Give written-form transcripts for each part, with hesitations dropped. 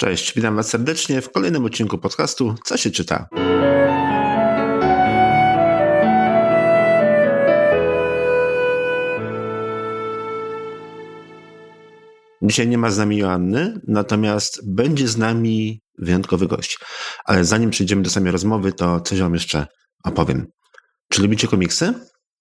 Cześć, witam Was serdecznie w kolejnym odcinku podcastu Co się czyta? Dzisiaj nie ma z nami Joanny, natomiast będzie z nami wyjątkowy gość. Ale zanim przejdziemy do samej rozmowy, to coś Wam jeszcze opowiem. Czy lubicie komiksy?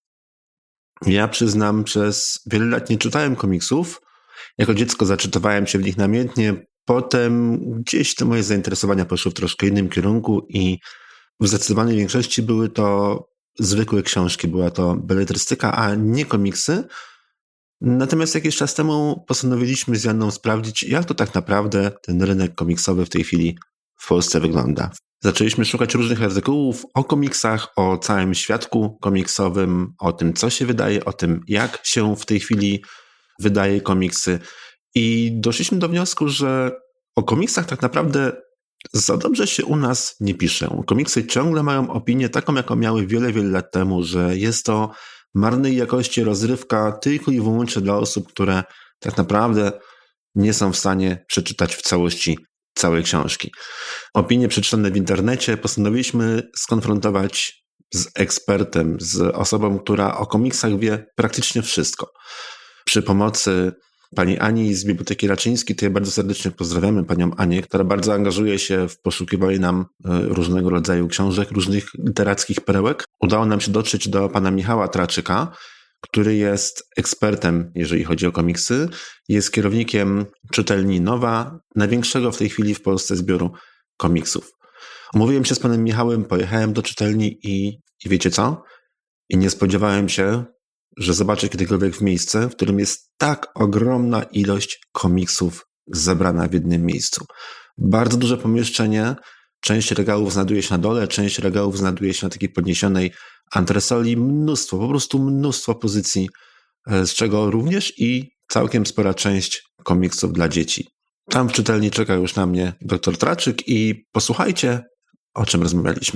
Ja przyznam, przez wiele lat nie czytałem komiksów. Jako dziecko zaczytywałem się w nich namiętnie. Potem gdzieś te moje zainteresowania poszły w troszkę innym kierunku i w zdecydowanej większości były to zwykłe książki. Była to beletrystyka, a nie komiksy. Natomiast jakiś czas temu postanowiliśmy z Janną sprawdzić, jak to tak naprawdę ten rynek komiksowy w tej chwili w Polsce wygląda. Zaczęliśmy szukać różnych artykułów o komiksach, o całym świadku komiksowym, o tym, co się wydaje, o tym, jak się w tej chwili wydaje komiksy. I doszliśmy do wniosku, że o komiksach tak naprawdę za dobrze się u nas nie pisze. Komiksy ciągle mają opinię taką, jaką miały wiele, wiele lat temu, że jest to marnej jakości rozrywka tylko i wyłącznie dla osób, które tak naprawdę nie są w stanie przeczytać w całości całej książki. Opinie przeczytane w internecie postanowiliśmy skonfrontować z ekspertem, z osobą, która o komiksach wie praktycznie wszystko. Przy pomocy pani Ani z Biblioteki Raczyńskiej, to ja bardzo serdecznie pozdrawiamy panią Anię, która bardzo angażuje się w poszukiwanie nam różnego rodzaju książek, różnych literackich perełek. Udało nam się dotrzeć do pana Michała Traczyka, który jest ekspertem, jeżeli chodzi o komiksy. Jest kierownikiem czytelni Nowa, największego w tej chwili w Polsce zbioru komiksów. Umówiłem się z panem Michałem, pojechałem do czytelni i wiecie co? I nie spodziewałem się, że zobaczę kiedykolwiek w miejsce, w którym jest tak ogromna ilość komiksów zebrana w jednym miejscu. Bardzo duże pomieszczenie, część regałów znajduje się na dole, część regałów znajduje się na takiej podniesionej antresoli. Mnóstwo, po prostu mnóstwo pozycji, z czego również i całkiem spora część komiksów dla dzieci. Tam w czytelni czeka już na mnie dr Traczyk i posłuchajcie, o czym rozmawialiśmy.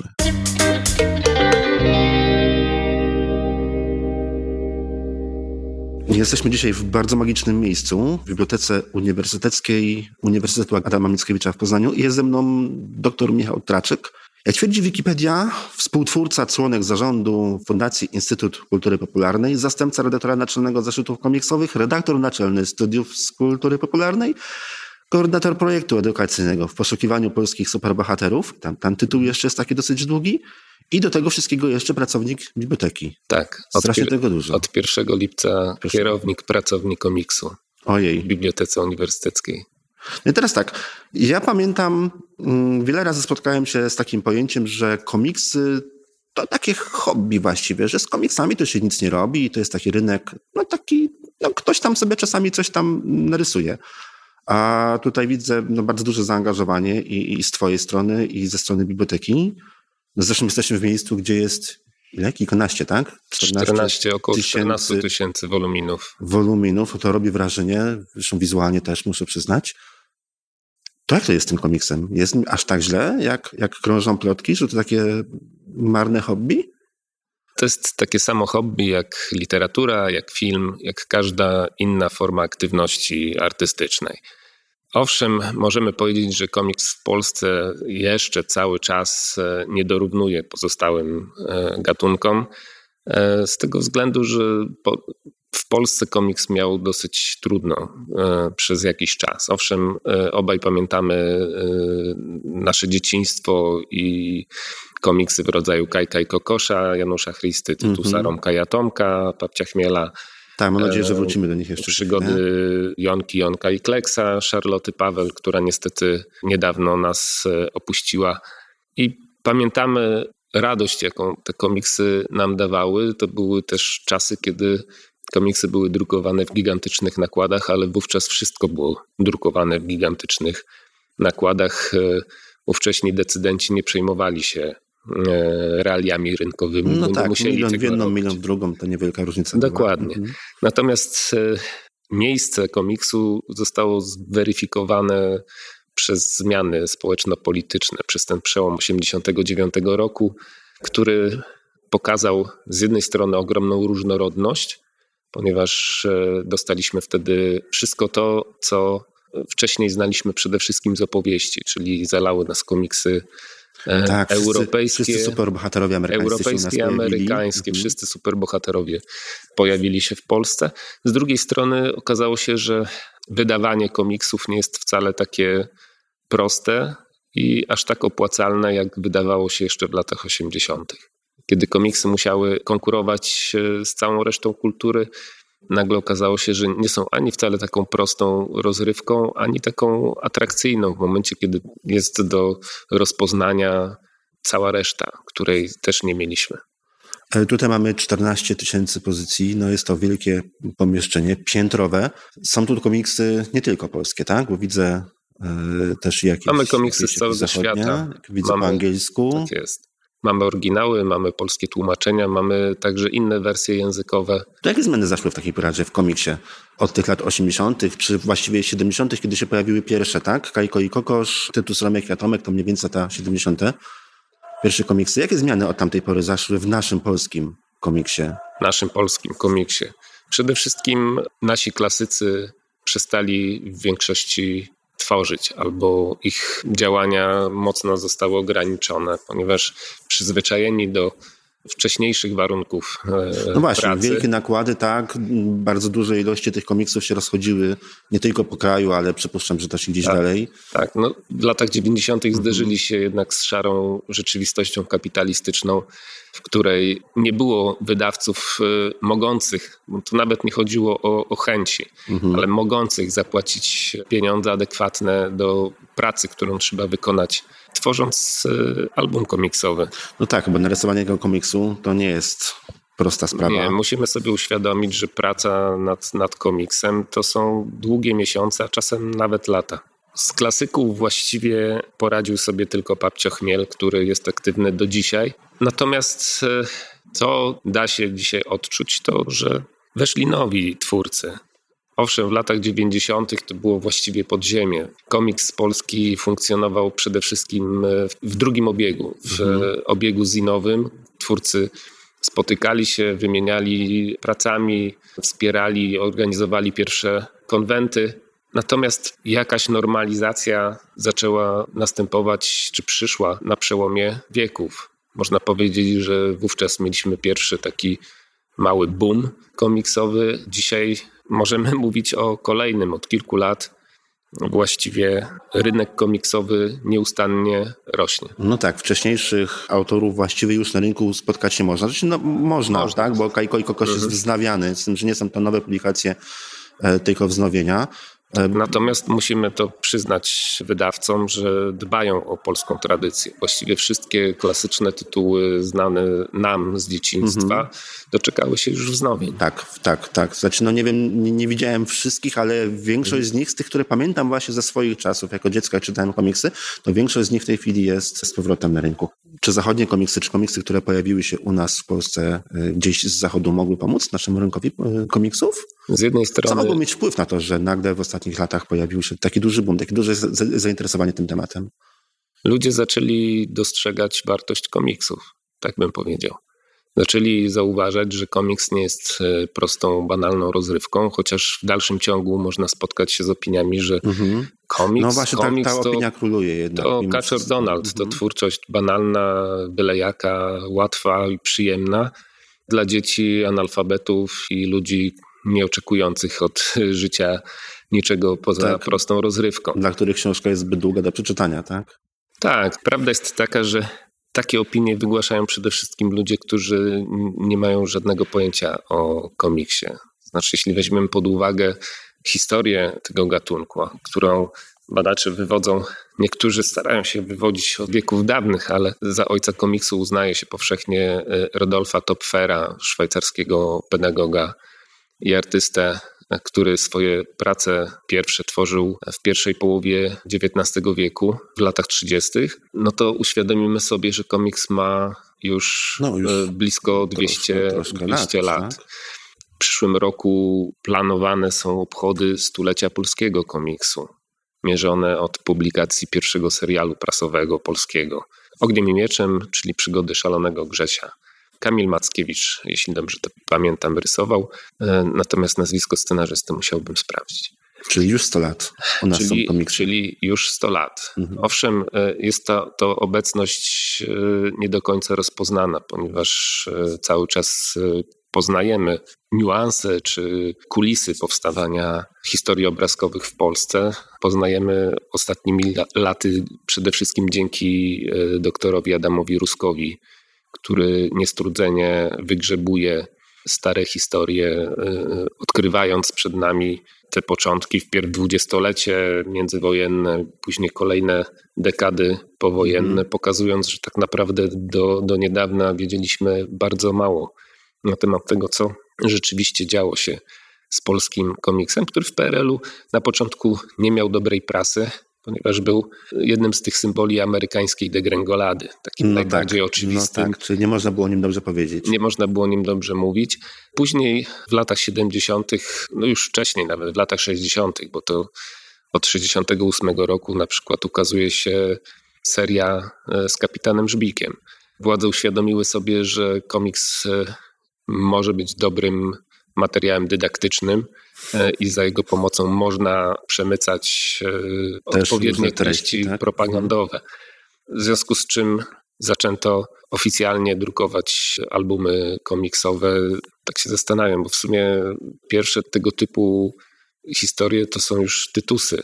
Jesteśmy dzisiaj w bardzo magicznym miejscu, w Bibliotece Uniwersyteckiej Uniwersytetu Adama Mickiewicza w Poznaniu. Jest ze mną dr Michał Traczyk. Jak twierdzi Wikipedia, współtwórca, członek zarządu Fundacji Instytut Kultury Popularnej, zastępca redaktora naczelnego zeszytów komiksowych, redaktor naczelny Studiów z Kultury Popularnej, koordynator projektu edukacyjnego w poszukiwaniu polskich superbohaterów. Tam tytuł jeszcze jest taki dosyć długi. I do tego wszystkiego jeszcze pracownik biblioteki. Tak. Strasznie tego dużo. Od 1 lipca kierownik, pracownik komiksu. Ojej. W Bibliotece Uniwersyteckiej. No i teraz tak, ja pamiętam, wiele razy spotkałem się z takim pojęciem, że komiksy to takie hobby właściwie, że z komiksami to się nic nie robi i to jest taki rynek, ktoś tam sobie czasami coś tam narysuje. A tutaj widzę bardzo duże zaangażowanie i z twojej strony, i ze strony biblioteki. Zresztą jesteśmy w miejscu, gdzie jest ile? Kilkanaście, tak? Około 14 tysięcy woluminów. To robi wrażenie, zresztą wizualnie też muszę przyznać. To jak to jest z tym komiksem? Jest aż tak źle, jak krążą plotki, że to takie marne hobby? To jest takie samo hobby jak literatura, jak film, jak każda inna forma aktywności artystycznej. Owszem, możemy powiedzieć, że komiks w Polsce jeszcze cały czas nie dorównuje pozostałym gatunkom, z tego względu, że w Polsce komiks miał dosyć trudno przez jakiś czas. Owszem, obaj pamiętamy nasze dzieciństwo i komiksy w rodzaju Kajka i Kokosza, Janusza Christy, Tytusa, Romka i Atomka, Babcia Chmiela. Tak, mam nadzieję, że wrócimy do nich jeszcze. Przygody Jonka i Kleksa, Charloty Paweł, która niestety niedawno nas opuściła. I pamiętamy radość, jaką te komiksy nam dawały. To były też czasy, kiedy komiksy były drukowane w gigantycznych nakładach, ale wówczas wszystko było drukowane w gigantycznych nakładach. Ówcześni decydenci nie przejmowali się realiami rynkowymi. No tak, musieli milion w jedną, robić. milion w drugą, to niewielka różnica. Dokładnie. Natomiast miejsce komiksu zostało zweryfikowane przez zmiany społeczno-polityczne, przez ten przełom 1989 roku, który pokazał z jednej strony ogromną różnorodność, ponieważ dostaliśmy wtedy wszystko to, co wcześniej znaliśmy przede wszystkim z opowieści, czyli zalały nas komiksy europejskie, wszyscy superbohaterowie amerykańskie, wszyscy superbohaterowie pojawili się w Polsce. Z drugiej strony okazało się, że wydawanie komiksów nie jest wcale takie proste i aż tak opłacalne, jak wydawało się jeszcze w latach 80., kiedy komiksy musiały konkurować z całą resztą kultury. Nagle okazało się, że nie są ani wcale taką prostą rozrywką, ani taką atrakcyjną w momencie, kiedy jest do rozpoznania cała reszta, której też nie mieliśmy. Tutaj mamy 14 000 pozycji, no jest to wielkie pomieszczenie, piętrowe. Są tu komiksy nie tylko polskie, tak? Bo widzę też jakieś... Mamy komiksy z całego świata. Widzę po angielsku. Tak jest. Mamy oryginały, mamy polskie tłumaczenia, mamy także inne wersje językowe. To jakie zmiany zaszły w takiej razie w komiksie od tych lat 80., czy właściwie 70., kiedy się pojawiły pierwsze, tak? Kajko i Kokosz, Tytus, Romek i Atomek, to mniej więcej lata 70. Pierwsze komiksy. Jakie zmiany od tamtej pory zaszły w naszym polskim komiksie? Przede wszystkim nasi klasycy przestali w większości tworzyć, albo ich działania mocno zostały ograniczone, ponieważ przyzwyczajeni do wcześniejszych warunków No właśnie, pracy. Wielkie nakłady, tak, bardzo duże ilości tych komiksów się rozchodziły nie tylko po kraju, ale przypuszczam, że też i gdzieś dalej. Tak, no w latach 90. zderzyli się jednak z szarą rzeczywistością kapitalistyczną, w której nie było wydawców mogących, bo tu nawet nie chodziło o chęci, ale mogących zapłacić pieniądze adekwatne do pracy, którą trzeba wykonać, tworząc album komiksowy. No tak, bo narysowanie tego komiksu to nie jest prosta sprawa. Nie, musimy sobie uświadomić, że praca nad komiksem to są długie miesiące, a czasem nawet lata. Z klasyków właściwie poradził sobie tylko Papcio Chmiel, który jest aktywny do dzisiaj. Natomiast co da się dzisiaj odczuć, to że weszli nowi twórcy. Owszem, w latach 90. to było właściwie podziemie. Komiks polski funkcjonował przede wszystkim w drugim obiegu, w obiegu zinowym. Twórcy spotykali się, wymieniali pracami, wspierali, organizowali pierwsze konwenty. Natomiast jakaś normalizacja zaczęła następować, czy przyszła na przełomie wieków. Można powiedzieć, że wówczas mieliśmy pierwszy taki mały boom komiksowy. Dzisiaj możemy mówić o kolejnym. Od kilku lat właściwie rynek komiksowy nieustannie rośnie. No tak, wcześniejszych autorów właściwie już na rynku spotkać nie można. Znaczy, no, można, tak, bo Kajko i Kokosz jest wznawiany, z tym, że nie są to nowe publikacje, tylko wznowienia. Natomiast musimy to przyznać wydawcom, że dbają o polską tradycję. Właściwie wszystkie klasyczne tytuły znane nam z dzieciństwa doczekały się już wznowień. Tak. Znaczy, no nie wiem, nie widziałem wszystkich, ale większość z nich, z tych, które pamiętam właśnie ze swoich czasów, jako dziecko jak czytałem komiksy, to większość z nich w tej chwili jest z powrotem na rynku. Czy zachodnie komiksy, czy komiksy, które pojawiły się u nas w Polsce gdzieś z zachodu, mogły pomóc naszemu rynkowi komiksów? Z jednej strony... Co mogło mieć wpływ na to, że nagle w ostatnich latach pojawił się taki duży boom, takie duże zainteresowanie tym tematem? Ludzie zaczęli dostrzegać wartość komiksów, tak bym powiedział. Zaczęli zauważać, że komiks nie jest prostą, banalną rozrywką, chociaż w dalszym ciągu można spotkać się z opiniami, że komiks... No właśnie, ta opinia króluje jednak. To Kaczor Donald, to twórczość banalna, byle jaka, łatwa i przyjemna dla dzieci, analfabetów i ludzi nieoczekujących od życia niczego poza prostą rozrywką. Dla których książka jest zbyt długa do przeczytania, tak? Tak, prawda jest taka, że takie opinie wygłaszają przede wszystkim ludzie, którzy nie mają żadnego pojęcia o komiksie. Znaczy, jeśli weźmiemy pod uwagę historię tego gatunku, którą badacze wywodzą, niektórzy starają się wywodzić od wieków dawnych, ale za ojca komiksu uznaje się powszechnie Rodolfa Töpfera, szwajcarskiego pedagoga i artystę, który swoje prace pierwsze tworzył w pierwszej połowie XIX wieku, w latach 30., no to uświadomimy sobie, że komiks ma już blisko 200 lat. Tak? W przyszłym roku planowane są obchody stulecia polskiego komiksu, mierzone od publikacji pierwszego serialu prasowego polskiego. Ogniem i mieczem, czyli Przygody szalonego Grzesia. Kamil Mackiewicz, jeśli dobrze to pamiętam, rysował, natomiast nazwisko scenarzysty musiałbym sprawdzić. Czyli już 100 lat u nas są komiksy. Czyli już 100 lat. Owszem, jest to obecność nie do końca rozpoznana, ponieważ cały czas poznajemy niuanse czy kulisy powstawania historii obrazkowych w Polsce. Poznajemy ostatnimi laty przede wszystkim dzięki doktorowi Adamowi Ruskowi, który niestrudzenie wygrzebuje stare historie, odkrywając przed nami te początki, wpierw dwudziestolecie międzywojenne, później kolejne dekady powojenne, pokazując, że tak naprawdę do niedawna wiedzieliśmy bardzo mało na temat tego, co rzeczywiście działo się z polskim komiksem, który w PRL-u na początku nie miał dobrej prasy, ponieważ był jednym z tych symboli amerykańskiej degrengolady, takim najbardziej oczywistym. No tak, czyli nie można było o nim dobrze powiedzieć. Nie można było o nim dobrze mówić. Później w latach 70., no już wcześniej nawet, w latach 60., bo to od 68 roku na przykład ukazuje się seria z Kapitanem Żbikiem. Władze uświadomiły sobie, że komiks może być dobrym materiałem dydaktycznym i za jego pomocą można przemycać odpowiednie treści propagandowe. W związku z czym zaczęto oficjalnie drukować albumy komiksowe. Tak się zastanawiam, bo w sumie pierwsze tego typu historie to są już tytusy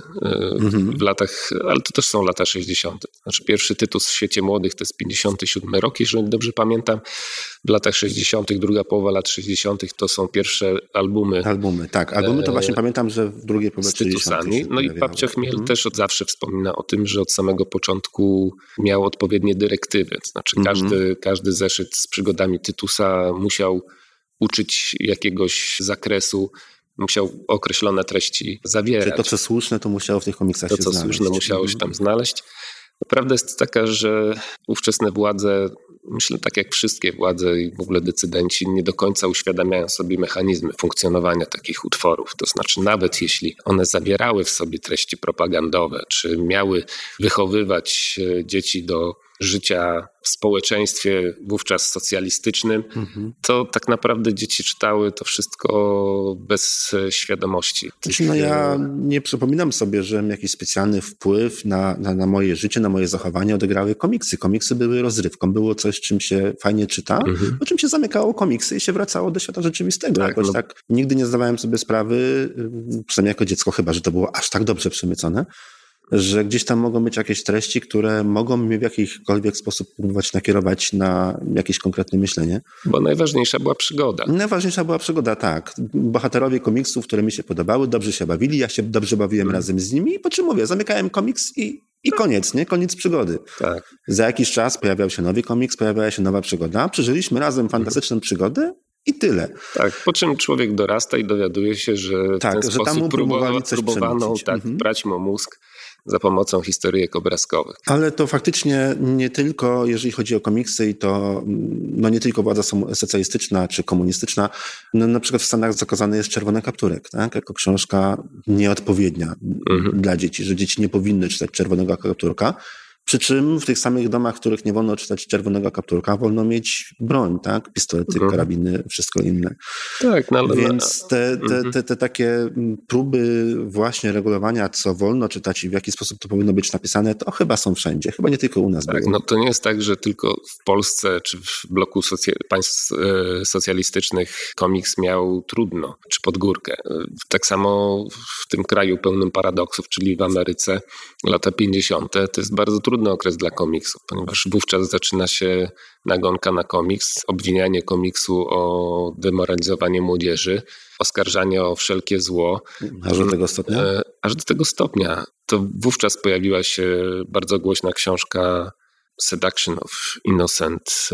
w latach, ale to też są lata 60. Znaczy pierwszy tytus w Świecie Młodych to jest 57 rok, jeżeli dobrze pamiętam. W latach 60., druga połowa lat 60. to są pierwsze albumy. Albumy to właśnie pamiętam, że w drugiej połowie z tytusami. No i Babcia Chmiel też od zawsze wspomina o tym, że od samego początku miał odpowiednie dyrektywy. To znaczy każdy zeszyt z przygodami Tytusa musiał uczyć jakiegoś zakresu, musiał określone treści zawierać. Czyli to, co słuszne, to musiało w tych komiksach się znaleźć. To, co słuszne, musiało się tam znaleźć. Prawda jest taka, że ówczesne władze, myślę tak jak wszystkie władze i w ogóle decydenci, nie do końca uświadamiają sobie mechanizmy funkcjonowania takich utworów. To znaczy nawet jeśli one zawierały w sobie treści propagandowe, czy miały wychowywać dzieci do życia w społeczeństwie wówczas socjalistycznym, to tak naprawdę dzieci czytały to wszystko bez świadomości. Ja nie przypominam sobie, że jakiś specjalny wpływ na moje życie, na moje zachowanie odegrały komiksy. Komiksy były rozrywką, było coś, czym się fajnie czyta, o czym się zamykało komiksy i się wracało do świata rzeczywistego. Tak nigdy nie zdawałem sobie sprawy, przynajmniej jako dziecko, chyba że to było aż tak dobrze przemycone, że gdzieś tam mogą być jakieś treści, które mogą mnie w jakikolwiek sposób próbować nakierować na jakieś konkretne myślenie. Bo najważniejsza była przygoda. Najważniejsza była przygoda, tak. Bohaterowie komiksów, które mi się podobały, dobrze się bawili, ja się dobrze bawiłem razem z nimi i po czym mówię, zamykałem komiks i koniec, nie? Koniec przygody. Tak. Za jakiś czas pojawiał się nowy komiks, pojawiała się nowa przygoda, przeżyliśmy razem fantastyczną przygodę i tyle. Tak, po czym człowiek dorasta i dowiaduje się, że w ten sposób próbowano brać mu mózg za pomocą historyjek obrazkowych. Ale to faktycznie nie tylko, jeżeli chodzi o komiksy, i to nie tylko władza socjalistyczna czy komunistyczna, na przykład w Stanach zakazany jest Czerwony Kapturek, tak? Jako książka nieodpowiednia dla dzieci, że dzieci nie powinny czytać Czerwonego Kapturka. Przy czym w tych samych domach, w których nie wolno czytać Czerwonego Kapturka, wolno mieć broń, tak? Pistolety, karabiny, wszystko inne. Tak, Więc te takie próby właśnie regulowania, co wolno czytać i w jaki sposób to powinno być napisane, to chyba są wszędzie. Chyba nie tylko u nas. Tak, to nie jest tak, że tylko w Polsce czy w bloku państw socjalistycznych komiks miał trudno, czy pod górkę. Tak samo w tym kraju pełnym paradoksów, czyli w Ameryce, lata 50. to jest bardzo trudny okres dla komiksów, ponieważ wówczas zaczyna się nagonka na komiks, obwinianie komiksu o demoralizowanie młodzieży, oskarżanie o wszelkie zło. Aż do tego stopnia? Aż do tego stopnia. To wówczas pojawiła się bardzo głośna książka Seduction of Innocent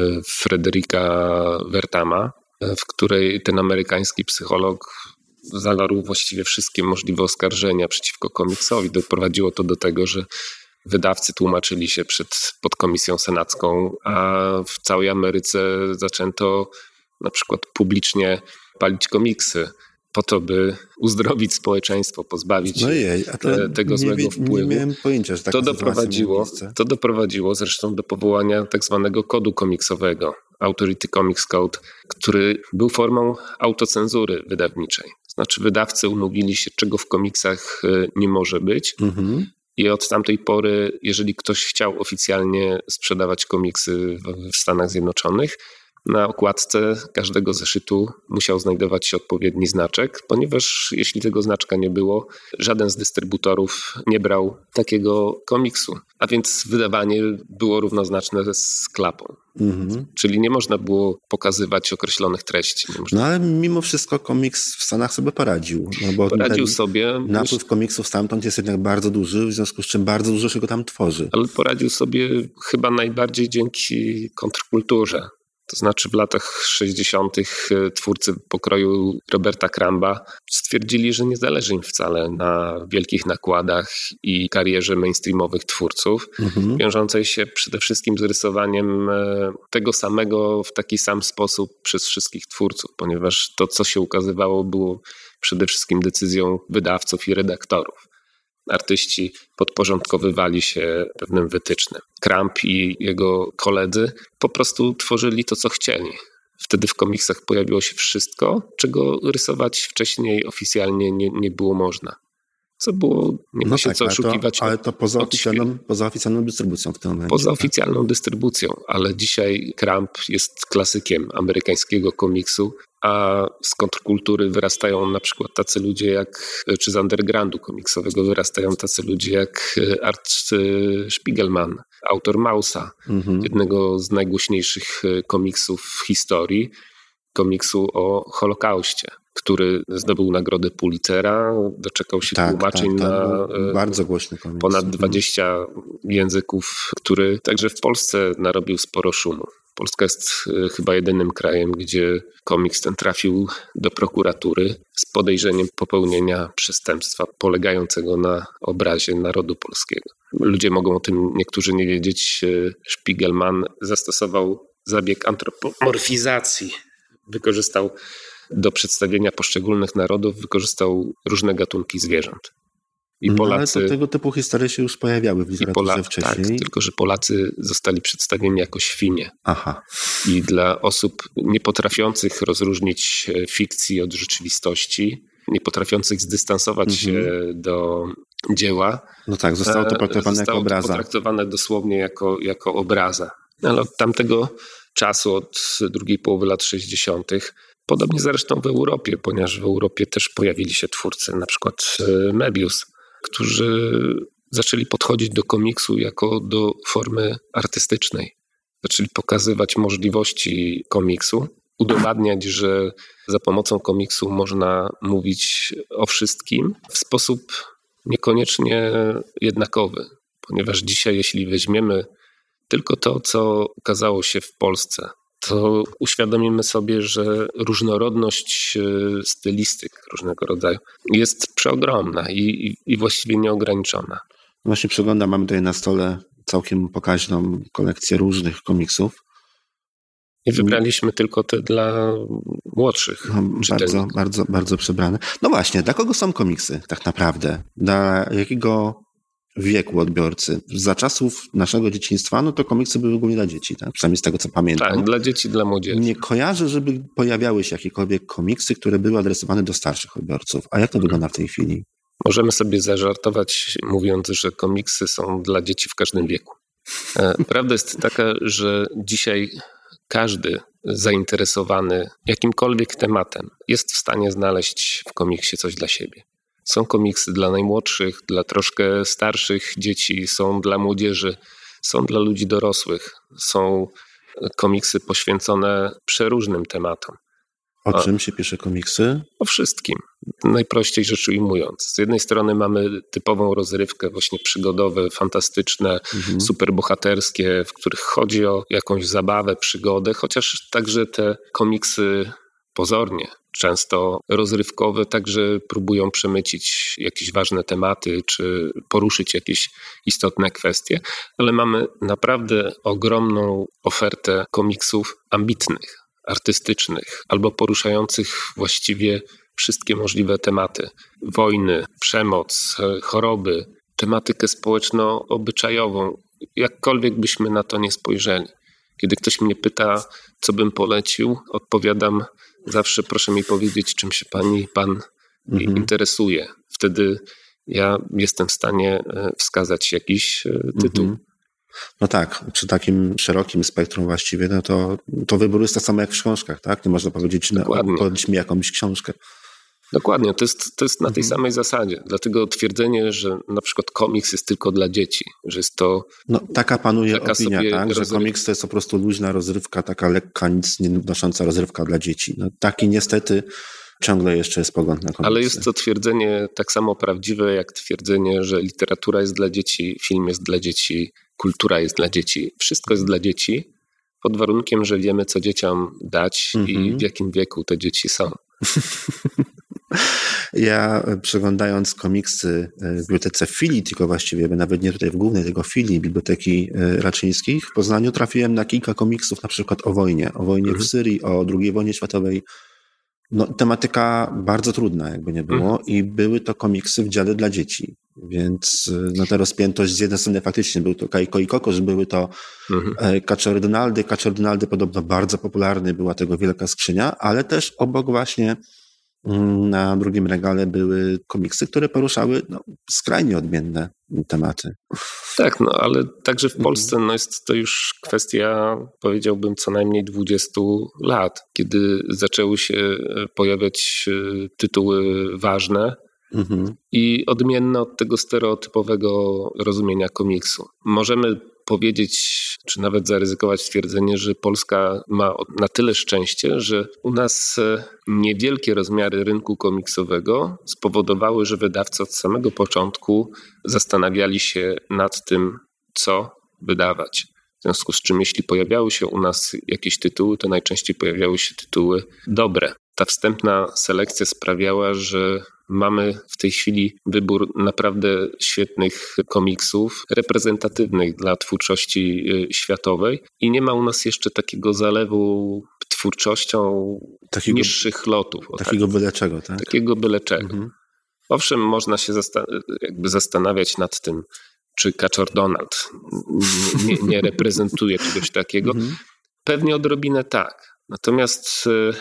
Frederica Werthama, w której ten amerykański psycholog zawarł właściwie wszystkie możliwe oskarżenia przeciwko komiksowi. Doprowadziło to do tego, że wydawcy tłumaczyli się przed podkomisją senacką, a w całej Ameryce zaczęto na przykład publicznie palić komiksy po to, by uzdrowić społeczeństwo, pozbawić tego złego wpływu. Nie miałem pojęcia, że taka to doprowadziło zresztą do powołania tak zwanego kodu komiksowego, Authority Comics Code, który był formą autocenzury wydawniczej. Znaczy wydawcy umówili się, czego w komiksach nie może być. I od tamtej pory, jeżeli ktoś chciał oficjalnie sprzedawać komiksy w Stanach Zjednoczonych, na okładce każdego zeszytu musiał znajdować się odpowiedni znaczek, ponieważ jeśli tego znaczka nie było, żaden z dystrybutorów nie brał takiego komiksu. A więc wydawanie było równoznaczne z klapą. Czyli nie można było pokazywać określonych treści. No ale mimo wszystko komiks w Stanach sobie poradził. No bo poradził sobie. Napływ komiksów stamtąd jest jednak bardzo duży, w związku z czym bardzo dużo się go tam tworzy. Ale poradził sobie chyba najbardziej dzięki kontrkulturze. To znaczy w latach 60. twórcy pokroju Roberta Cramba stwierdzili, że nie zależy im wcale na wielkich nakładach i karierze mainstreamowych twórców, wiążącej się przede wszystkim z rysowaniem tego samego w taki sam sposób przez wszystkich twórców, ponieważ to, co się ukazywało, było przede wszystkim decyzją wydawców i redaktorów. Artyści podporządkowywali się pewnym wytycznym. Crumb i jego koledzy po prostu tworzyli to, co chcieli. Wtedy w komiksach pojawiło się wszystko, czego rysować wcześniej oficjalnie nie było można. Co było, nie ma się co oszukiwać. Ale to poza oficjalną dystrybucją w tym momencie. Poza oficjalną dystrybucją, ale dzisiaj Crumb jest klasykiem amerykańskiego komiksu, a z kontrkultury wyrastają na przykład tacy ludzie czy z undergroundu komiksowego wyrastają tacy ludzie jak Art Spiegelman, autor Mausa, jednego z najgłośniejszych komiksów w historii, komiksu o Holokauście, który zdobył nagrodę Pulitzera, doczekał się tłumaczeń na bardzo głośny komiks. Ponad 20 języków, który także w Polsce narobił sporo szumu. Polska jest chyba jedynym krajem, gdzie komiks ten trafił do prokuratury z podejrzeniem popełnienia przestępstwa polegającego na obrazie narodu polskiego. Ludzie mogą o tym niektórzy nie wiedzieć. Spiegelman zastosował zabieg antropomorfizacji. Do przedstawienia poszczególnych narodów wykorzystał różne gatunki zwierząt. I Polacy, ale to tego typu historie się już pojawiały w literaturze wcześniej. Tak, tylko że Polacy zostali przedstawieni jako świnie. Aha. I dla osób niepotrafiących rozróżnić fikcji od rzeczywistości, niepotrafiących zdystansować się do dzieła, no tak, zostało to potraktowane jako obraza. Potraktowane dosłownie jako obraza. Ale od tamtego czasu, od drugiej połowy lat 60., podobnie zresztą w Europie, ponieważ w Europie też pojawili się twórcy, na przykład Möbius, którzy zaczęli podchodzić do komiksu jako do formy artystycznej. Zaczęli pokazywać możliwości komiksu, udowadniać, że za pomocą komiksu można mówić o wszystkim w sposób niekoniecznie jednakowy. Ponieważ dzisiaj, jeśli weźmiemy tylko to, co ukazało się w Polsce, to uświadomimy sobie, że różnorodność stylistyk różnego rodzaju jest przeogromna i właściwie nieograniczona. Właśnie przeglądam, mamy tutaj na stole całkiem pokaźną kolekcję różnych komiksów. I wybraliśmy tylko te dla młodszych czytelników. Bardzo przebrane. No właśnie, dla kogo są komiksy tak naprawdę? Dla jakiego wieku odbiorcy? Za czasów naszego dzieciństwa, no to komiksy były głównie dla dzieci, tak? Przynajmniej z tego, co pamiętam. Tak, dla dzieci, dla młodzieży. Nie kojarzę, żeby pojawiały się jakiekolwiek komiksy, które były adresowane do starszych odbiorców. A jak to wygląda w tej chwili? Możemy sobie zażartować, mówiąc, że komiksy są dla dzieci w każdym wieku. Prawda jest taka, że dzisiaj każdy zainteresowany jakimkolwiek tematem jest w stanie znaleźć w komiksie coś dla siebie. Są komiksy dla najmłodszych, dla troszkę starszych dzieci, są dla młodzieży, są dla ludzi dorosłych. Są komiksy poświęcone przeróżnym tematom. O czym się pisze komiksy? O wszystkim. Najprościej rzecz ujmując. Z jednej strony mamy typową rozrywkę, właśnie przygodowe, fantastyczne, superbohaterskie, w których chodzi o jakąś zabawę, przygodę, chociaż także te komiksy pozornie, często rozrywkowe, także próbują przemycić jakieś ważne tematy, czy poruszyć jakieś istotne kwestie, ale mamy naprawdę ogromną ofertę komiksów ambitnych, artystycznych, albo poruszających właściwie wszystkie możliwe tematy. Wojny, przemoc, choroby, tematykę społeczno-obyczajową. Jakkolwiek byśmy na to nie spojrzeli. Kiedy ktoś mnie pyta, co bym polecił, odpowiadam zawsze: proszę mi powiedzieć, czym się pan i interesuje. Wtedy ja jestem w stanie wskazać jakiś tytuł. No tak, przy takim szerokim spektrum właściwie, no to wybór jest tak samo jak w książkach, tak? Nie można powiedzieć, poleć mi jakąś książkę. Dokładnie, to jest na tej samej zasadzie. Dlatego twierdzenie, że na przykład komiks jest tylko dla dzieci, że jest to... No taka panuje opinia, tak? Że komiks to jest po prostu luźna rozrywka, taka lekka, nic nie wnosząca rozrywka dla dzieci. No taki niestety ciągle jeszcze jest pogląd na komiksy. Ale jest to twierdzenie tak samo prawdziwe, jak twierdzenie, że literatura jest dla dzieci, film jest dla dzieci, kultura jest dla dzieci. Wszystko jest dla dzieci, pod warunkiem, że wiemy, co dzieciom dać i w jakim wieku te dzieci są. Ja przeglądając komiksy w bibliotece filii, tylko właściwie nawet nie tutaj w głównej, tylko filii Biblioteki Raczyńskich w Poznaniu, trafiłem na kilka komiksów, na przykład o wojnie w Syrii, o II wojnie światowej. No, tematyka bardzo trudna, jakby nie było, i były to komiksy w dziale dla dzieci, więc no, ta rozpiętość z jednej strony faktycznie był to Kajko i Kokosz, były to Kaczory Donaldy. Kaczory Donaldy podobno bardzo popularny, była tego wielka skrzynia, ale też obok właśnie na drugim regale były komiksy, które poruszały skrajnie odmienne tematy. Tak, no ale także w Polsce jest to już kwestia, powiedziałbym, co najmniej 20 lat, kiedy zaczęły się pojawiać tytuły ważne i odmienne od tego stereotypowego rozumienia komiksu. Możemy powiedzieć, czy nawet zaryzykować stwierdzenie, że Polska ma na tyle szczęście, że u nas niewielkie rozmiary rynku komiksowego spowodowały, że wydawcy od samego początku zastanawiali się nad tym, co wydawać. W związku z czym, jeśli pojawiały się u nas jakieś tytuły, to najczęściej pojawiały się tytuły dobre. Ta wstępna selekcja sprawiała, że mamy w tej chwili wybór naprawdę świetnych komiksów, reprezentatywnych dla twórczości światowej i nie ma u nas jeszcze takiego zalewu twórczością niższych lotów. Takiego byle czego, tak? Takiego byle czego. Owszem, można się zastanawiać nad tym, czy Kaczor Donald nie reprezentuje czegoś takiego. Pewnie odrobinę tak. Natomiast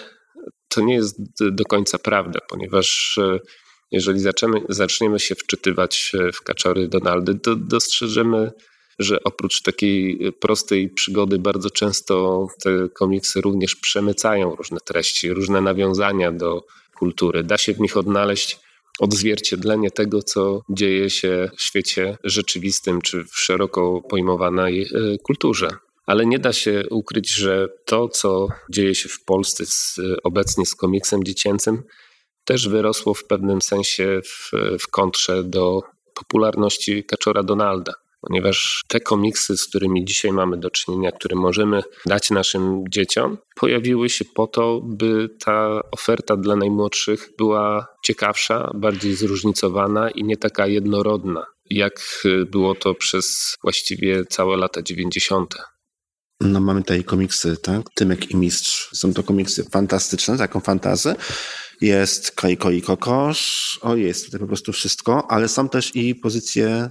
to nie jest do końca prawda, ponieważ jeżeli zaczniemy się wczytywać w Kaczory Donaldy, to dostrzeżemy, że oprócz takiej prostej przygody bardzo często te komiksy również przemycają różne treści, różne nawiązania do kultury. Da się w nich odnaleźć odzwierciedlenie tego, co dzieje się w świecie rzeczywistym czy w szeroko pojmowanej kulturze. Ale nie da się ukryć, że to, co dzieje się w Polsce obecnie z komiksem dziecięcym, też wyrosło w pewnym sensie w kontrze do popularności Kaczora Donalda. Ponieważ te komiksy, z którymi dzisiaj mamy do czynienia, które możemy dać naszym dzieciom, pojawiły się po to, by ta oferta dla najmłodszych była ciekawsza, bardziej zróżnicowana i nie taka jednorodna, jak było to przez właściwie całe lata 90. No mamy tutaj komiksy, tak? Tymek i Mistrz. Są to komiksy fantastyczne, taką fantazję. Jest Kajko i Kokosz, jest tutaj po prostu wszystko, ale są też i pozycje,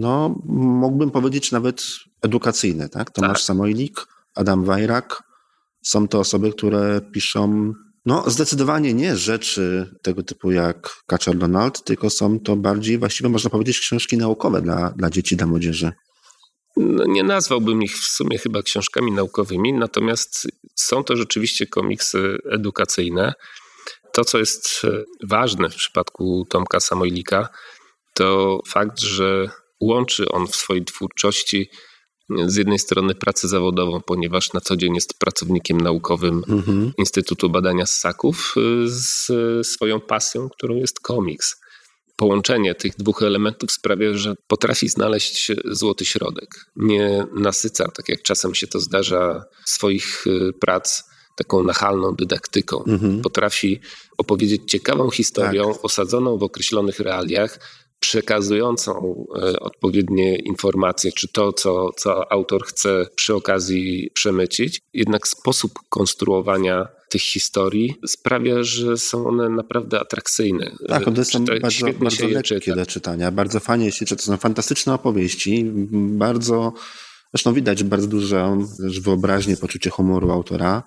mógłbym powiedzieć nawet edukacyjne, tak? Tomasz Samojlik, Adam Wajrak. Są to osoby, które piszą, zdecydowanie nie rzeczy tego typu jak Kaczor Donald, tylko są to bardziej właściwie można powiedzieć książki naukowe dla dzieci, dla młodzieży. Nie nazwałbym ich w sumie chyba książkami naukowymi, natomiast są to rzeczywiście komiksy edukacyjne. To, co jest ważne w przypadku Tomka Samojlika, to fakt, że łączy on w swojej twórczości z jednej strony pracę zawodową, ponieważ na co dzień jest pracownikiem naukowym Instytutu Badania Ssaków, z swoją pasją, którą jest komiks. Połączenie tych dwóch elementów sprawia, że potrafi znaleźć złoty środek. Nie nasyca, tak jak czasem się to zdarza, swoich prac taką nachalną dydaktyką. Potrafi opowiedzieć ciekawą historią, osadzoną w określonych realiach, przekazującą odpowiednie informacje, czy to, co autor chce przy okazji przemycić. Jednak sposób konstruowania tych historii sprawia, że są one naprawdę atrakcyjne. Tak, one są bardzo lekkie do czytania. Bardzo fajnie się czyta. To są fantastyczne opowieści. Zresztą widać bardzo dużą wyobraźnię, poczucie humoru autora.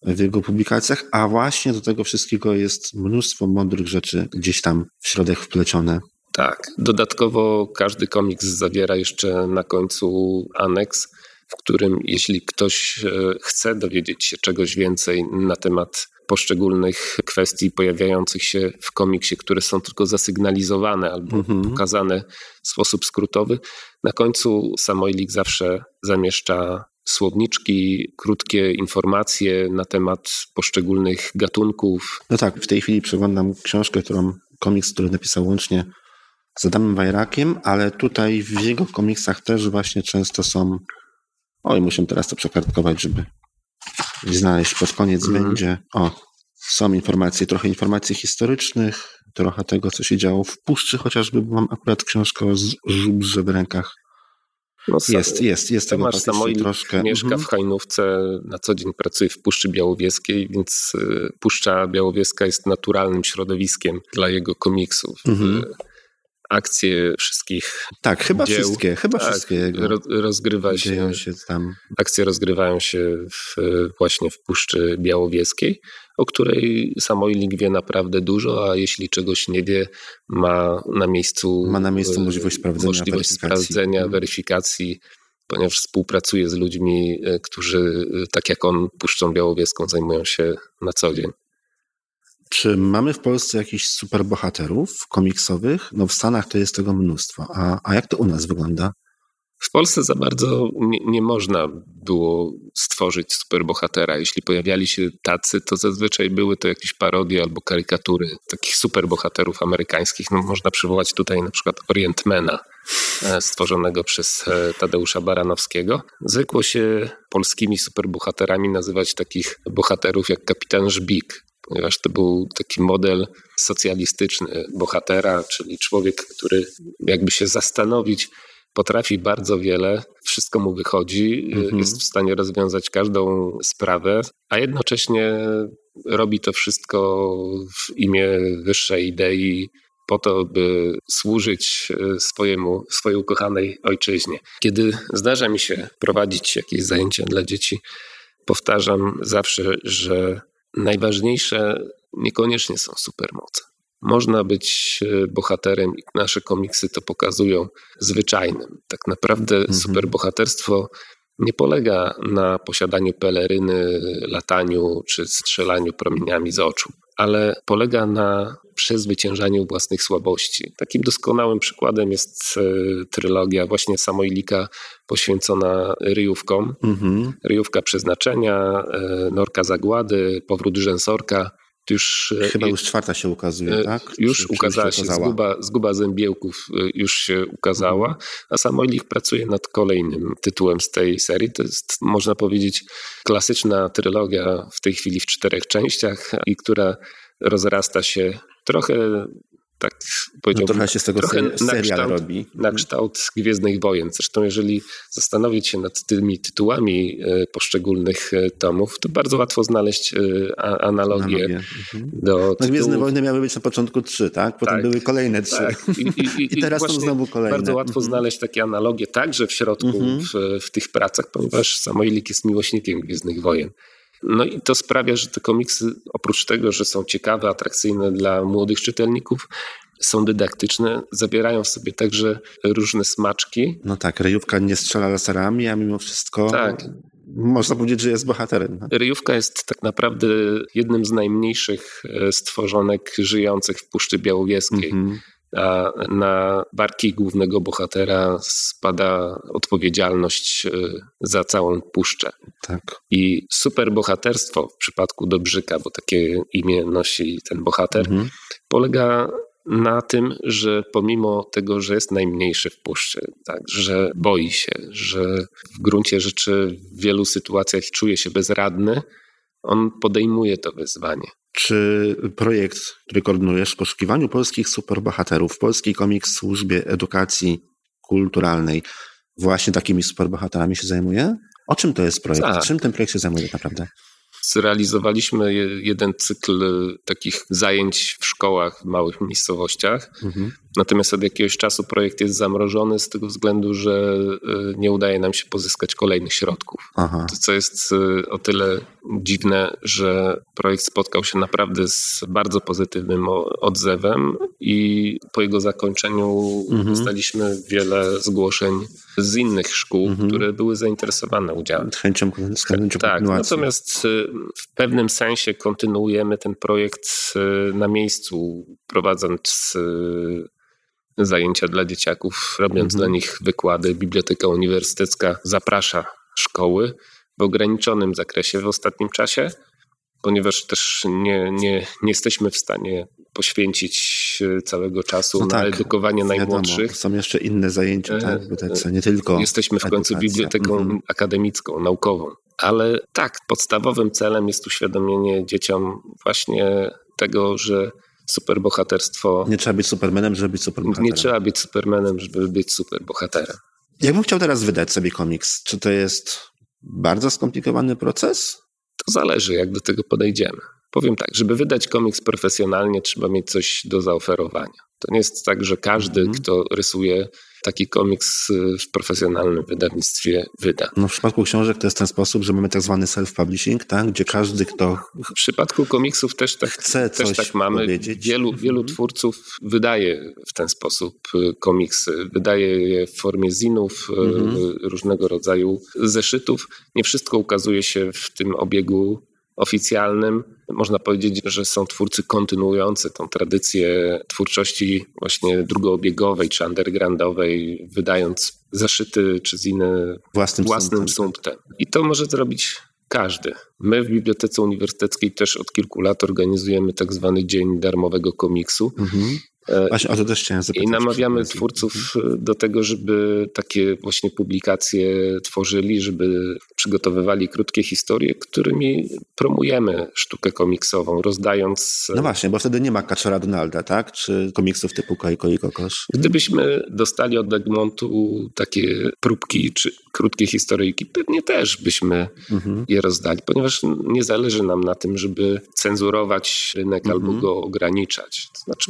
w jego publikacjach, a właśnie do tego wszystkiego jest mnóstwo mądrych rzeczy gdzieś tam w środek wplecione. Tak. Dodatkowo każdy komiks zawiera jeszcze na końcu aneks, w którym jeśli ktoś chce dowiedzieć się czegoś więcej na temat poszczególnych kwestii pojawiających się w komiksie, które są tylko zasygnalizowane albo pokazane w sposób skrótowy, na końcu Samoilik zawsze zamieszcza słowniczki, krótkie informacje na temat poszczególnych gatunków. No tak, w tej chwili przeglądam książkę, komiks, który napisał łącznie z Adamem Wajrakiem, ale tutaj w jego komiksach też właśnie często są... Oj, muszę teraz to przekartkować, żeby znaleźć. Pod koniec będzie... Są informacje, trochę informacji historycznych, trochę tego, co się działo w puszczy, chociażby mam akurat książkę o Żubrze w rękach. No, jest tego praktycznie troszkę. Mieszka w Hajnówce, na co dzień pracuje w Puszczy Białowieskiej, więc Puszcza Białowieska jest naturalnym środowiskiem dla jego komiksów. Akcje wszystkich tak, chyba dzieł, wszystkie jego dzieją się tam. Akcje rozgrywają się właśnie w Puszczy Białowieskiej, o której Samoilik wie naprawdę dużo, a jeśli czegoś nie wie, ma na miejscu możliwość sprawdzenia, weryfikacji, ponieważ współpracuje z ludźmi, którzy tak jak on Puszczą Białowieską zajmują się na co dzień. Czy mamy w Polsce jakichś superbohaterów komiksowych? No w Stanach to jest tego mnóstwo. A jak to u nas wygląda? W Polsce za bardzo nie można było stworzyć superbohatera. Jeśli pojawiali się tacy, to zazwyczaj były to jakieś parodie albo karykatury takich superbohaterów amerykańskich. No, można przywołać tutaj na przykład Orientmana, stworzonego przez Tadeusza Baranowskiego. Zwykło się polskimi superbohaterami nazywać takich bohaterów jak kapitan Żbik, ponieważ to był taki model socjalistyczny bohatera, czyli człowiek, który jakby się zastanowić, potrafi bardzo wiele, wszystko mu wychodzi, jest w stanie rozwiązać każdą sprawę, a jednocześnie robi to wszystko w imię wyższej idei, po to, by służyć swojej ukochanej ojczyźnie. Kiedy zdarza mi się prowadzić jakieś zajęcia dla dzieci, powtarzam zawsze, że najważniejsze niekoniecznie są supermoce. Można być bohaterem i nasze komiksy to pokazują zwyczajnym. Tak naprawdę superbohaterstwo nie polega na posiadaniu peleryny, lataniu czy strzelaniu promieniami z oczu, ale polega na przezwyciężaniu własnych słabości. Takim doskonałym przykładem jest trylogia właśnie Samoilika poświęcona ryjówkom. Ryjówka przeznaczenia, Norka zagłady, powrót rzęsorka. Chyba już czwarta się ukazuje, tak? Już ukazała się, Zguba zębiełków już się ukazała, a Samoilik pracuje nad kolejnym tytułem z tej serii. To jest, można powiedzieć, klasyczna trylogia w tej chwili w 4 częściach i która rozrasta się trochę, tak powiedziałbym, trochę się z tego serial robi. Na kształt Gwiezdnych Wojen. Zresztą jeżeli zastanowić się nad tymi tytułami poszczególnych tomów, to bardzo łatwo znaleźć analogię do tytułów. Gwiezdne Wojny miały być na początku 3, tak? Potem były kolejne 3. Tak. I teraz są znowu kolejne. Bardzo łatwo znaleźć takie analogie także w środku w tych pracach, ponieważ Samoilik jest miłośnikiem Gwiezdnych Wojen. No i to sprawia, że te komiksy, oprócz tego, że są ciekawe, atrakcyjne dla młodych czytelników, są dydaktyczne, zawierają w sobie także różne smaczki. No tak, ryjówka nie strzela laserami, a mimo wszystko można powiedzieć, że jest bohaterem. No? Ryjówka jest tak naprawdę jednym z najmniejszych stworzonek żyjących w Puszczy Białowieskiej. A na barki głównego bohatera spada odpowiedzialność za całą puszczę. Tak. I superbohaterstwo w przypadku Dobrzyka, bo takie imię nosi ten bohater, polega na tym, że pomimo tego, że jest najmniejszy w puszczy, tak, że boi się, że w gruncie rzeczy w wielu sytuacjach czuje się bezradny, on podejmuje to wyzwanie. Czy projekt, który koordynujesz w poszukiwaniu polskich superbohaterów, polski komiks w służbie edukacji kulturalnej, właśnie takimi superbohaterami się zajmuje? O czym to jest projekt? Czym ten projekt się zajmuje tak naprawdę? Zrealizowaliśmy jeden cykl takich zajęć w szkołach w małych miejscowościach Natomiast od jakiegoś czasu projekt jest zamrożony z tego względu, że nie udaje nam się pozyskać kolejnych środków. To, co jest o tyle dziwne, że projekt spotkał się naprawdę z bardzo pozytywnym odzewem i po jego zakończeniu dostaliśmy wiele zgłoszeń z innych szkół, które były zainteresowane udziałem. Chęcią tak, natomiast w pewnym sensie kontynuujemy ten projekt na miejscu, prowadząc zajęcia dla dzieciaków, robiąc dla nich wykłady. Biblioteka Uniwersytecka zaprasza szkoły w ograniczonym zakresie w ostatnim czasie, ponieważ też nie jesteśmy w stanie poświęcić całego czasu na edukowanie najmłodszych. Są jeszcze inne zajęcia, tak? Nie tylko jesteśmy w końcu biblioteką akademicką, naukową. Ale tak, podstawowym celem jest uświadomienie dzieciom właśnie tego, że superbohaterstwo... Nie trzeba być Supermanem, żeby być superbohaterem. Nie trzeba być Supermanem, żeby być superbohaterem. Jakbym chciał teraz wydać sobie komiks, czy to jest bardzo skomplikowany proces? To zależy, jak do tego podejdziemy. Powiem tak, żeby wydać komiks profesjonalnie, trzeba mieć coś do zaoferowania. To nie jest tak, że każdy, kto rysuje taki komiks w profesjonalnym wydawnictwie, wyda. No w przypadku książek to jest ten sposób, że mamy tak zwany self-publishing, tak? Gdzie każdy, kto... W przypadku komiksów też tak, chce coś tak mamy. Wielu twórców wydaje w ten sposób komiksy. Wydaje je w formie zinów, różnego rodzaju zeszytów. Nie wszystko ukazuje się w tym obiegu oficjalnym. Można powiedzieć, że są twórcy kontynuujący tą tradycję twórczości właśnie drugoobiegowej czy undergroundowej, wydając zeszyty czy ziny własnym sumptem. I to może zrobić każdy. My w Bibliotece Uniwersyteckiej też od kilku lat organizujemy tak zwany Dzień Darmowego Komiksu. Właśnie o to też chciałem zapytać. I namawiamy twórców do tego, żeby takie właśnie publikacje tworzyli, żeby przygotowywali krótkie historie, którymi promujemy sztukę komiksową, rozdając... No właśnie, bo wtedy nie ma Kaczora Donalda, tak? Czy komiksów typu Kojko i Kokosz. Gdybyśmy dostali od Egmontu takie próbki czy krótkie historyjki, pewnie też byśmy je rozdali, ponieważ nie zależy nam na tym, żeby cenzurować rynek albo go ograniczać. To znaczy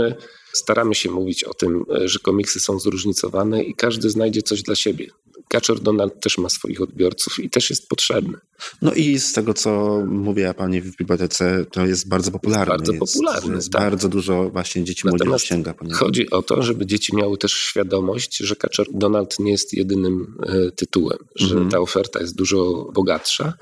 staramy się mówić o tym, że komiksy są zróżnicowane i każdy znajdzie coś dla siebie. Kaczor Donald też ma swoich odbiorców i też jest potrzebny. No i z tego, co mówiła pani w bibliotece, to jest bardzo popularny. Jest tak. Bardzo dużo właśnie dzieci młodzieży sięga po niego. Chodzi o to, żeby dzieci miały też świadomość, że Kaczor Donald nie jest jedynym tytułem, że ta oferta jest dużo bogatsza.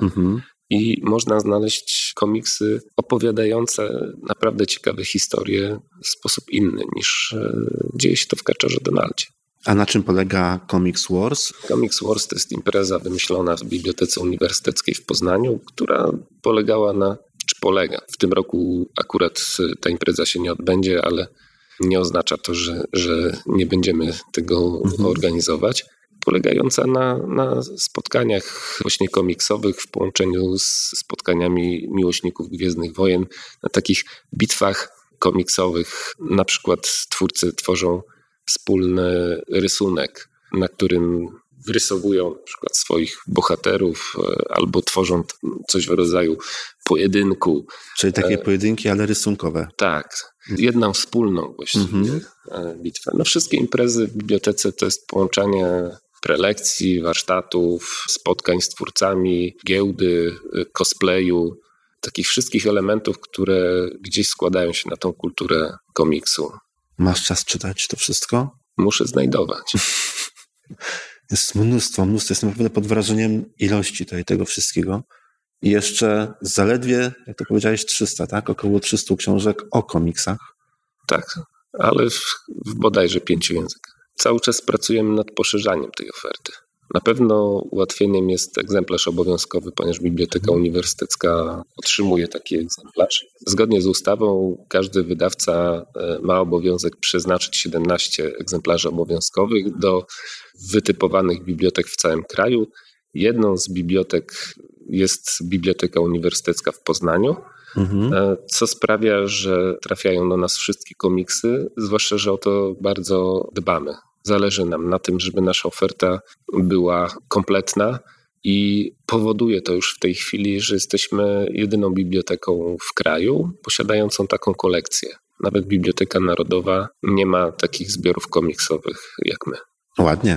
I można znaleźć komiksy opowiadające naprawdę ciekawe historie w sposób inny niż dzieje się to w Kaczorze Donaldzie. A na czym polega Comics Wars? Comics Wars to jest impreza wymyślona w Bibliotece Uniwersyteckiej w Poznaniu, która polega. W tym roku akurat ta impreza się nie odbędzie, ale nie oznacza to, że nie będziemy tego organizować. Polegająca na spotkaniach właśnie komiksowych w połączeniu z spotkaniami miłośników Gwiezdnych Wojen, na takich bitwach komiksowych. Na przykład twórcy tworzą wspólny rysunek, na którym wyrysowują na przykład swoich bohaterów albo tworzą coś w rodzaju pojedynku. Czyli takie pojedynki, ale rysunkowe. Tak. Jedną wspólną właściwie bitwę. No wszystkie imprezy w bibliotece to jest połączenie prelekcji, warsztatów, spotkań z twórcami, giełdy, cosplayu, takich wszystkich elementów, które gdzieś składają się na tą kulturę komiksu. Masz czas czytać to wszystko? Muszę znajdować. Jest mnóstwo. Jestem naprawdę pod wrażeniem ilości tego wszystkiego. I jeszcze zaledwie, jak to powiedziałeś, 300, tak? Około 300 książek o komiksach. Tak, ale w bodajże 5 językach. Cały czas pracujemy nad poszerzaniem tej oferty. Na pewno ułatwieniem jest egzemplarz obowiązkowy, ponieważ Biblioteka Uniwersytecka otrzymuje taki egzemplarz. Zgodnie z ustawą każdy wydawca ma obowiązek przeznaczyć 17 egzemplarzy obowiązkowych do wytypowanych bibliotek w całym kraju. Jedną z bibliotek jest Biblioteka Uniwersytecka w Poznaniu, co sprawia, że trafiają do nas wszystkie komiksy, zwłaszcza, że o to bardzo dbamy. Zależy nam na tym, żeby nasza oferta była kompletna i powoduje to już w tej chwili, że jesteśmy jedyną biblioteką w kraju posiadającą taką kolekcję. Nawet Biblioteka Narodowa nie ma takich zbiorów komiksowych jak my. Ładnie.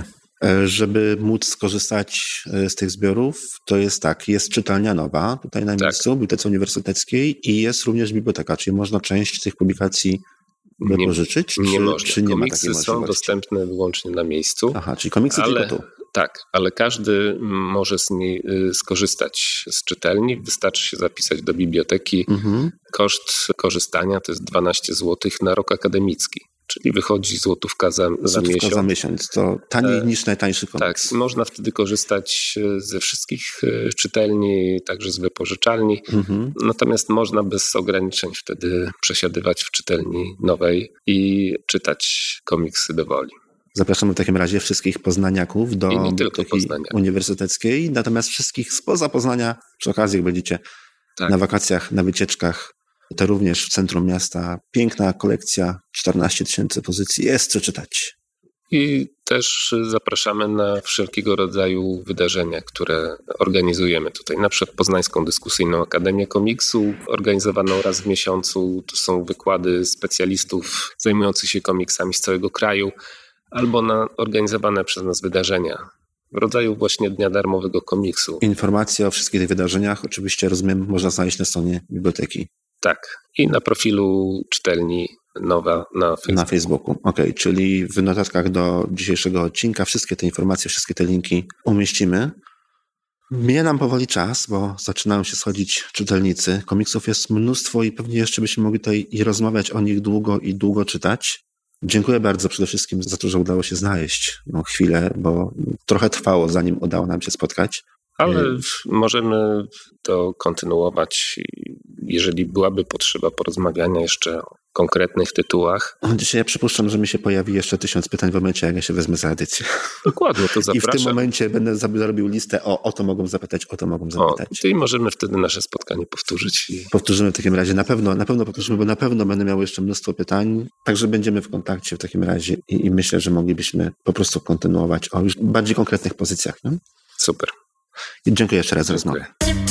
Żeby móc skorzystać z tych zbiorów, to jest tak, jest czytelnia nowa tutaj na miejscu, w Bibliotece Uniwersyteckiej i jest również biblioteka, czyli można część tych publikacji wypożyczyć? Nie można. Czy nie komiksy są dostępne wyłącznie na miejscu. Aha, czyli komiksy tylko tu. Tak, ale każdy może z niej skorzystać z czytelni. Wystarczy się zapisać do biblioteki. Koszt korzystania to jest 12 zł na rok akademicki. Czyli wychodzi złotówka za miesiąc. Za miesiąc, to taniej niż najtańszy komiks. Tak, można wtedy korzystać ze wszystkich czytelni, także z wypożyczalni. Natomiast można bez ograniczeń wtedy przesiadywać w czytelni nowej i czytać komiksy do woli. Zapraszamy w takim razie wszystkich poznaniaków do Biblioteki Uniwersyteckiej, natomiast wszystkich spoza Poznania przy okazji, jak będziecie na wakacjach, na wycieczkach, to również w centrum miasta. Piękna kolekcja, 14 000 pozycji, jest co czytać. I też zapraszamy na wszelkiego rodzaju wydarzenia, które organizujemy tutaj. Na przykład Poznańską Dyskusyjną Akademię Komiksu, organizowaną raz w miesiącu. To są wykłady specjalistów zajmujących się komiksami z całego kraju, albo na organizowane przez nas wydarzenia w rodzaju właśnie Dnia Darmowego Komiksu. Informacje o wszystkich tych wydarzeniach oczywiście, rozumiem, można znaleźć na stronie biblioteki. Tak. I na profilu czytelni Nowa na Facebooku. Na Facebooku, okej. Czyli w notatkach do dzisiejszego odcinka wszystkie te informacje, wszystkie te linki umieścimy. Mija nam powoli czas, bo zaczynają się schodzić czytelnicy. Komiksów jest mnóstwo i pewnie jeszcze byśmy mogli tutaj i rozmawiać o nich długo i długo czytać. Dziękuję bardzo przede wszystkim za to, że udało się znaleźć chwilę, bo trochę trwało, zanim udało nam się spotkać. Ale możemy to kontynuować, jeżeli byłaby potrzeba porozmawiania jeszcze o konkretnych tytułach. Dzisiaj ja przypuszczam, że mi się pojawi jeszcze 1000 pytań w momencie, jak ja się wezmę za edycję. Dokładnie, to zapraszam. I w tym momencie będę zarobił listę o to mogą zapytać, o to mogą zapytać. Czyli możemy wtedy nasze spotkanie powtórzyć. Powtórzymy w takim razie, na pewno powtórzymy, bo na pewno będę miał jeszcze mnóstwo pytań, także będziemy w kontakcie w takim razie i myślę, że moglibyśmy po prostu kontynuować o już bardziej konkretnych pozycjach. Nie? Super. I dziękuję jeszcze raz za rozmowę.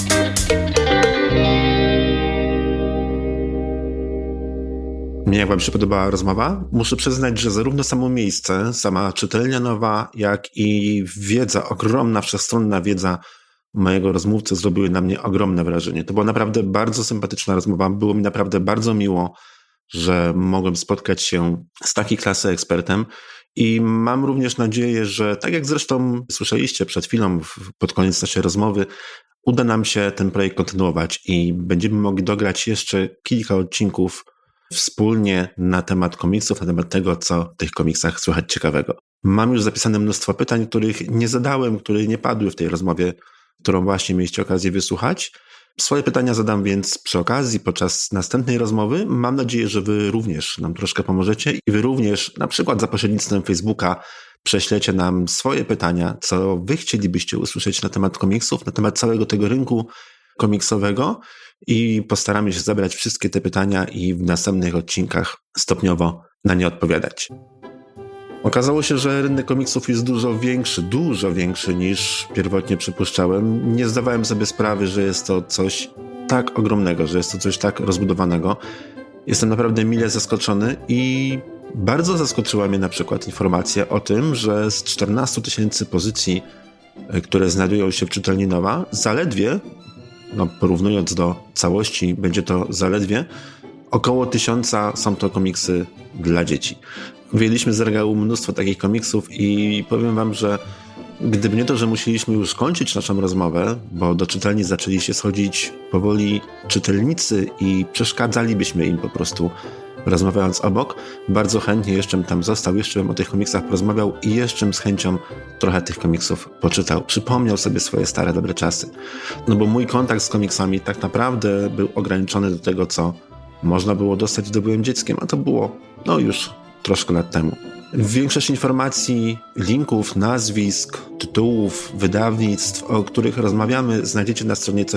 Mnie jak wam się podobała rozmowa? Muszę przyznać, że zarówno samo miejsce, sama czytelnia nowa, jak i wiedza, ogromna, wszechstronna wiedza mojego rozmówcy zrobiły na mnie ogromne wrażenie. To była naprawdę bardzo sympatyczna rozmowa. Było mi naprawdę bardzo miło, że mogłem spotkać się z takiej klasy ekspertem i mam również nadzieję, że tak jak zresztą słyszeliście przed chwilą pod koniec naszej rozmowy, uda nam się ten projekt kontynuować i będziemy mogli dograć jeszcze kilka odcinków wspólnie na temat komiksów, na temat tego, co w tych komiksach słychać ciekawego. Mam już zapisane mnóstwo pytań, których nie zadałem, które nie padły w tej rozmowie, którą właśnie mieliście okazję wysłuchać. Swoje pytania zadam więc przy okazji, podczas następnej rozmowy. Mam nadzieję, że wy również nam troszkę pomożecie i wy również na przykład za pośrednictwem Facebooka prześlecie nam swoje pytania, co wy chcielibyście usłyszeć na temat komiksów, na temat całego tego rynku komiksowego i postaramy się zebrać wszystkie te pytania i w następnych odcinkach stopniowo na nie odpowiadać. Okazało się, że rynek komiksów jest dużo większy niż pierwotnie przypuszczałem. Nie zdawałem sobie sprawy, że jest to coś tak ogromnego, że jest to coś tak rozbudowanego. Jestem naprawdę mile zaskoczony i bardzo zaskoczyła mnie na przykład informacja o tym, że z 14 000 pozycji, które znajdują się w czytelni Nowa, zaledwie, porównując do całości, będzie to zaledwie około 1000 są to komiksy dla dzieci. Wyjęliśmy z regału mnóstwo takich komiksów i powiem wam, że gdyby nie to, że musieliśmy już kończyć naszą rozmowę, bo do czytelni zaczęli się schodzić powoli czytelnicy i przeszkadzalibyśmy im po prostu rozmawiając obok, bardzo chętnie jeszcze bym tam został, jeszcze bym o tych komiksach porozmawiał i jeszcze bym z chęcią trochę tych komiksów poczytał. Przypomniał sobie swoje stare, dobre czasy. Bo mój kontakt z komiksami tak naprawdę był ograniczony do tego, co można było dostać, gdy byłem dzieckiem, a to było już troszkę lat temu. Większość informacji, linków, nazwisk, tytułów, wydawnictw, o których rozmawiamy, znajdziecie na stronie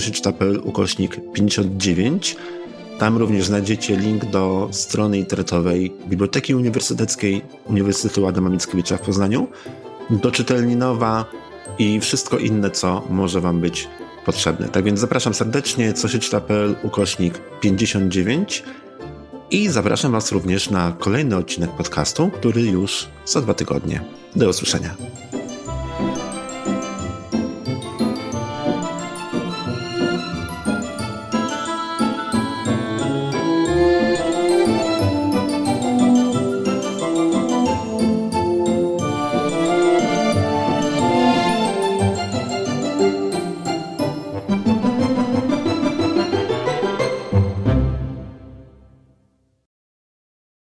cosieczta.pl/59. Tam również znajdziecie link do strony internetowej Biblioteki Uniwersyteckiej Uniwersytetu Adama Mickiewicza w Poznaniu, do czytelni Nowa i wszystko inne, co może wam być potrzebne. Tak więc zapraszam serdecznie, cosieczta.pl/59. I zapraszam Was również na kolejny odcinek podcastu, który już za 2 tygodnie. Do usłyszenia.